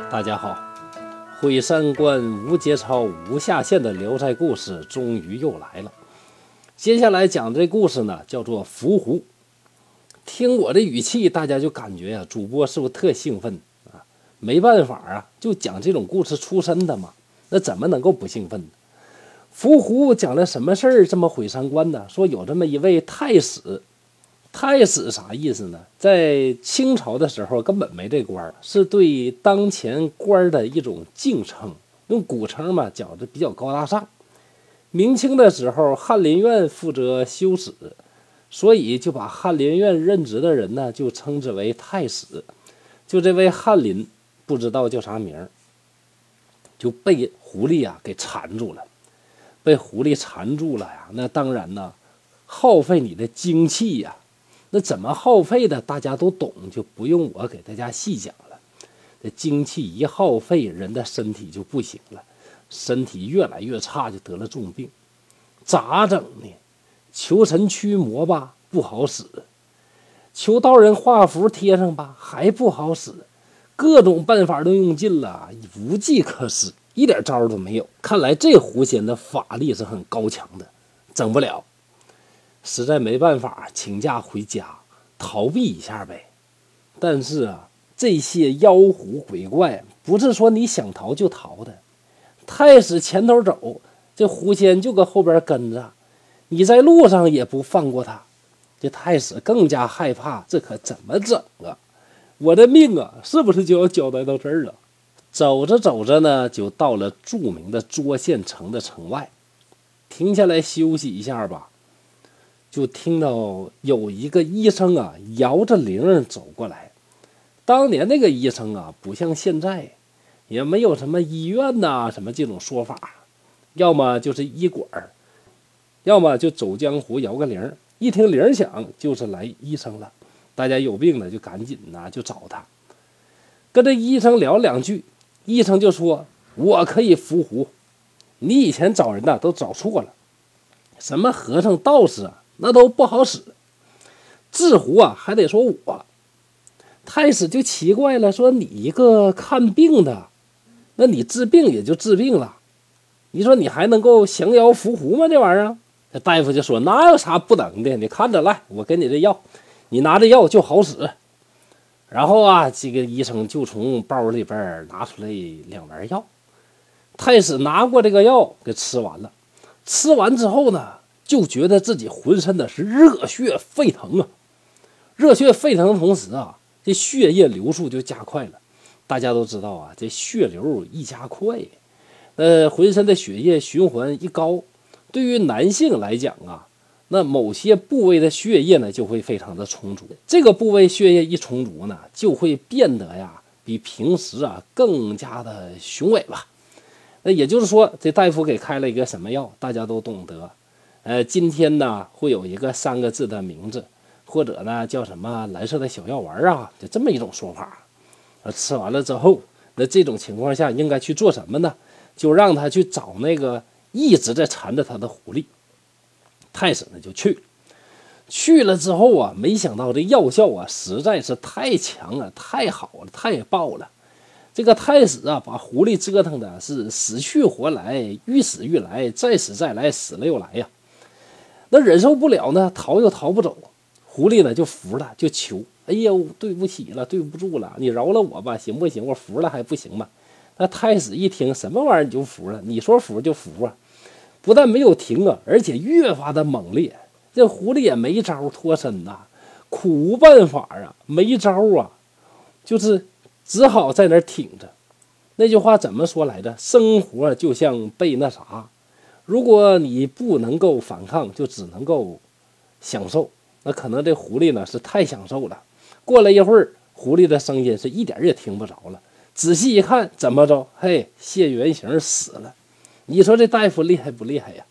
大家好，毁三观无节操无下限的聊斋故事终于又来了。接下来讲的这故事呢，叫做伏狐。听我的语气，大家就感觉呀，主播是不是特兴奋啊？没办法啊，就讲这种故事出身的嘛，那怎么能够不兴奋呢？伏狐讲了什么事儿这么毁三观呢？说有这么一位太史。太史啥意思呢？在清朝的时候根本没这官，是对当前官的一种敬称，用古称嘛，讲的比较高大上。明清的时候，翰林院负责修史，所以就把翰林院任职的人呢，就称之为太史。就这位翰林不知道叫啥名，就被狐狸给缠住了。被狐狸缠住了呀，那当然呢，耗费你的精气呀。那怎么耗费的大家都懂，就不用我给大家细讲了。这精气一耗费，人的身体就不行了，身体越来越差，就得了重病。咋整呢？求神驱魔吧，不好使；求道人画符贴上吧，还不好使。各种办法都用尽了，无计可施，一点招都没有。看来这狐仙的法力是很高强的，整不了。实在没办法，请假回家逃避一下呗。但是啊，这些妖狐鬼怪不是说你想逃就逃的。太史前头走，这狐仙就搁后边跟着，你在路上也不放过他。这太史更加害怕，这可怎么整啊？我的命啊，是不是就要交代到这儿了？走着走着呢，就到了著名的涿县城的城外，停下来休息一下吧。就听到有一个医生摇着铃走过来。当年那个医生不像现在，也没有什么医院什么这种说法，要么就是医馆，要么就走江湖摇个铃，一听铃响就是来医生了。大家有病了就赶紧就找他，跟这医生聊两句，医生就说：我可以伏狐，你以前找人都找错了，什么和尚道士那都不好使，治狐还得说我。太史就奇怪了，说你一个看病的，那你治病也就治病了，你说你还能够降妖伏狐吗？这玩意儿？这大夫就说哪有啥不能的，你看着来，我给你这药，你拿着药就好使。然后这个医生就从包里边拿出来2丸药，太史拿过这个药给吃完了。吃完之后呢，就觉得自己浑身的是热血沸腾热血沸腾的同时这血液流速就加快了。大家都知道这血流一加快，浑身的血液循环一高，对于男性来讲那某些部位的血液呢就会非常的充足。这个部位血液一充足呢，就会变得比平时更加的雄伟吧。那也就是说，这大夫给开了一个什么药，大家都懂得。今天呢会有一个3个字的名字，或者呢叫什么蓝色的小药丸就这么一种说法。吃完了之后，那这种情况下应该去做什么呢？就让他去找那个一直在缠着他的狐狸。太史呢就去了之后没想到这药效实在是太强了，太好了，太爆了。这个太史把狐狸折腾的是死去活来，欲死欲来，再死再来，死了又来呀。那忍受不了呢，逃又逃不走。狐狸呢就服了，就求：哎呦，对不起了，对不住了，你饶了我吧，行不行？我服了还不行吗？那太史一听，什么玩意儿你就服了？你说服就服不但没有停而且越发的猛烈。这狐狸也没招脱身苦无办法没招就是只好在那儿挺着。那句话怎么说来着？生活就像被那啥，如果你不能够反抗，就只能够享受。那可能这狐狸呢是太享受了。过了一会儿，狐狸的声音是一点也听不着了。仔细一看，怎么着？嘿，现原形死了。你说这大夫厉害不厉害呀？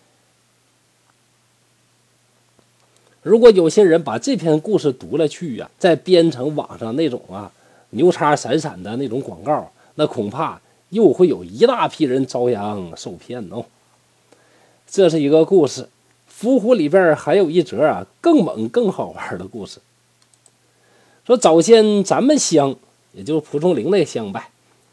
如果有些人把这篇故事读了去再编成网上那种牛叉闪闪的那种广告，那恐怕又会有一大批人遭殃受骗这是一个故事。伏狐里边还有一则更猛更好玩的故事。说早先咱们乡，也就是蒲松龄那乡呗，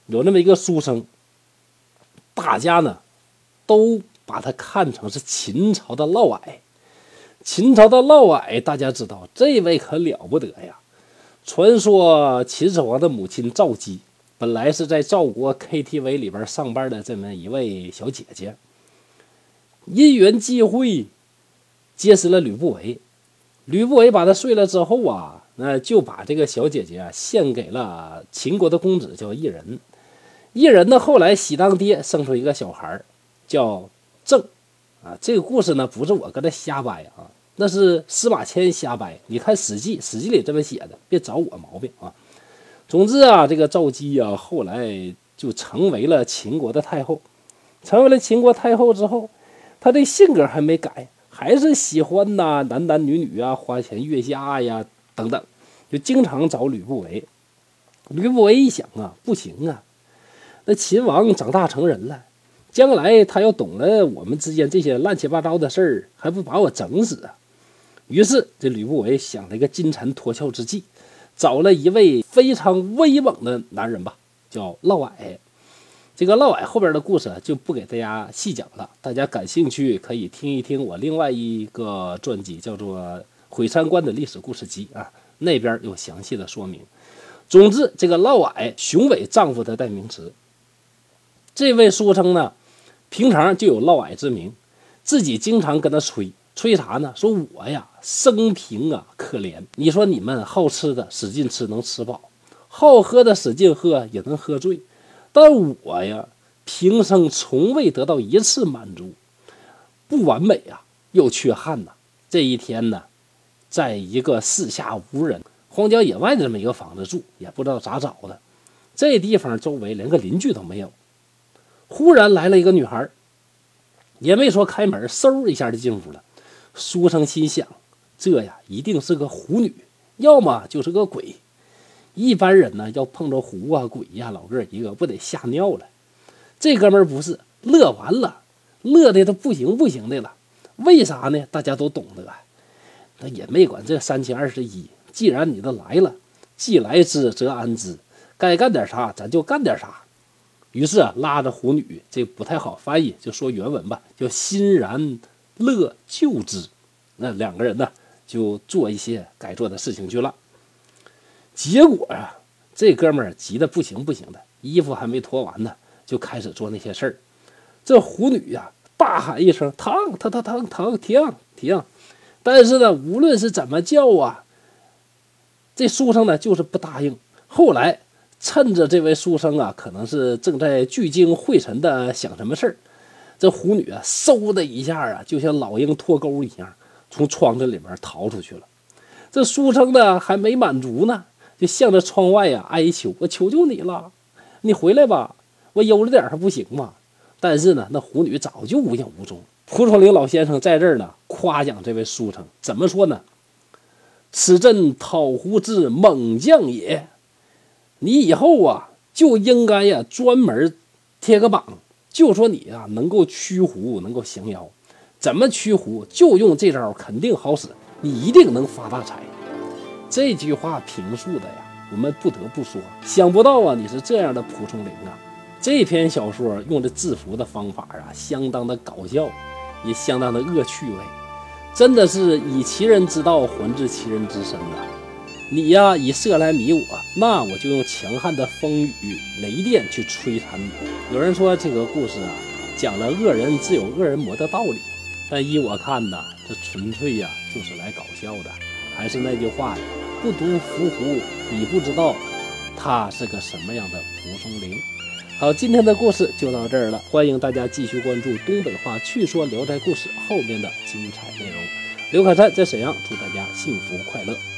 有那么一个书生，大家呢都把他看成是秦朝的嫪毐。秦朝的嫪毐，大家知道这位可了不得呀。传说秦始皇的母亲赵姬本来是在赵国 KTV 里边上班的这么一位小姐姐，因缘际会结识了吕不韦。吕不韦把她睡了之后啊，那就把这个小姐姐啊献给了秦国的公子叫异人。异人呢后来喜当爹，生出一个小孩叫郑啊。这个故事呢不是我搁这瞎掰啊，那是司马迁瞎掰。你看史记里这么写的，别找我毛病啊。总之啊，这个赵姬啊后来就成为了秦国的太后。成为了秦国太后之后，她这性格还没改，还是喜欢男男女女啊，花前月下呀等等，就经常找吕不韦。吕不韦一想啊，不行啊，那秦王长大成人了，将来他要懂了我们之间这些乱七八糟的事儿，还不把我整死啊？于是这吕不韦想了一个金蝉脱壳之计，找了一位非常威猛的男人吧，叫嫪毐。这个嫪毐后边的故事就不给大家细讲了，大家感兴趣可以听一听我另外一个专辑，叫做《毁三观的历史故事集》啊，那边有详细的说明。总之，这个嫪毐雄伟丈夫的代名词。这位书生呢，平常就有嫪毐之名，自己经常跟他吹啥呢？说我呀，生平啊可怜。你说你们好吃的使劲吃能吃饱，好喝的使劲喝也能喝醉，但我呀，平生从未得到一次满足，不完美啊，又缺憾呐。这一天呢，在一个四下无人、荒郊野外的这么一个房子住，也不知道咋找的。这地方周围连个邻居都没有。忽然来了一个女孩，也没说开门，嗖一下就进屋了。书生心想，这呀一定是个狐女，要么就是个鬼。一般人呢，要碰着狐啊鬼呀，老个一个不得吓尿了。这哥们不是，乐完了，乐的都不行的了。为啥呢？大家都懂得，他也没管这3021，既然你都来了，既来之则安之，该干点啥咱就干点啥。于是拉着狐女，这不太好翻译，就说原文吧，叫欣然乐就之。那两个人呢，就做一些该做的事情去了。结果啊，这哥们儿急得不行的，衣服还没脱完呢，就开始做那些事儿。这狐女呀，大喊一声疼，停！但是呢，无论是怎么叫啊，这书生呢就是不答应。后来趁着这位书生啊，可能是正在聚精会神的想什么事儿，这狐女啊，嗖的一下啊，就像老鹰脱钩一样，从窗子里面逃出去了。这书生呢还没满足呢，就向着窗外啊哀求：“我求求你了，你回来吧，我悠着点还不行吗？”但是呢，那狐女早就无影无踪。蒲松龄老先生在这儿呢夸奖这位书生，怎么说呢？此阵讨狐之猛将也。你以后啊就应该呀专门贴个榜，就说你啊能够驱狐，能够降妖。怎么驱狐？就用这招，肯定好使，你一定能发大财。这句话评述的呀，我们不得不说，想不到啊你是这样的蒲松龄啊。这篇小说用的制服的方法啊，相当的搞笑，也相当的恶趣味，真的是以其人之道还治其人之身啊。你呀以色来迷我，那我就用强悍的风雨雷电去摧残你。有人说这个故事啊，讲了恶人自有恶人磨的道理，但依我看呢，这纯粹呀就是来搞笑的。还是那句话呀，不读伏狐，你不知道他是个什么样的蒲松龄。好，今天的故事就到这儿了，欢迎大家继续关注东北话趣说聊斋故事后面的精彩内容。刘凯山在沈阳，祝大家幸福快乐。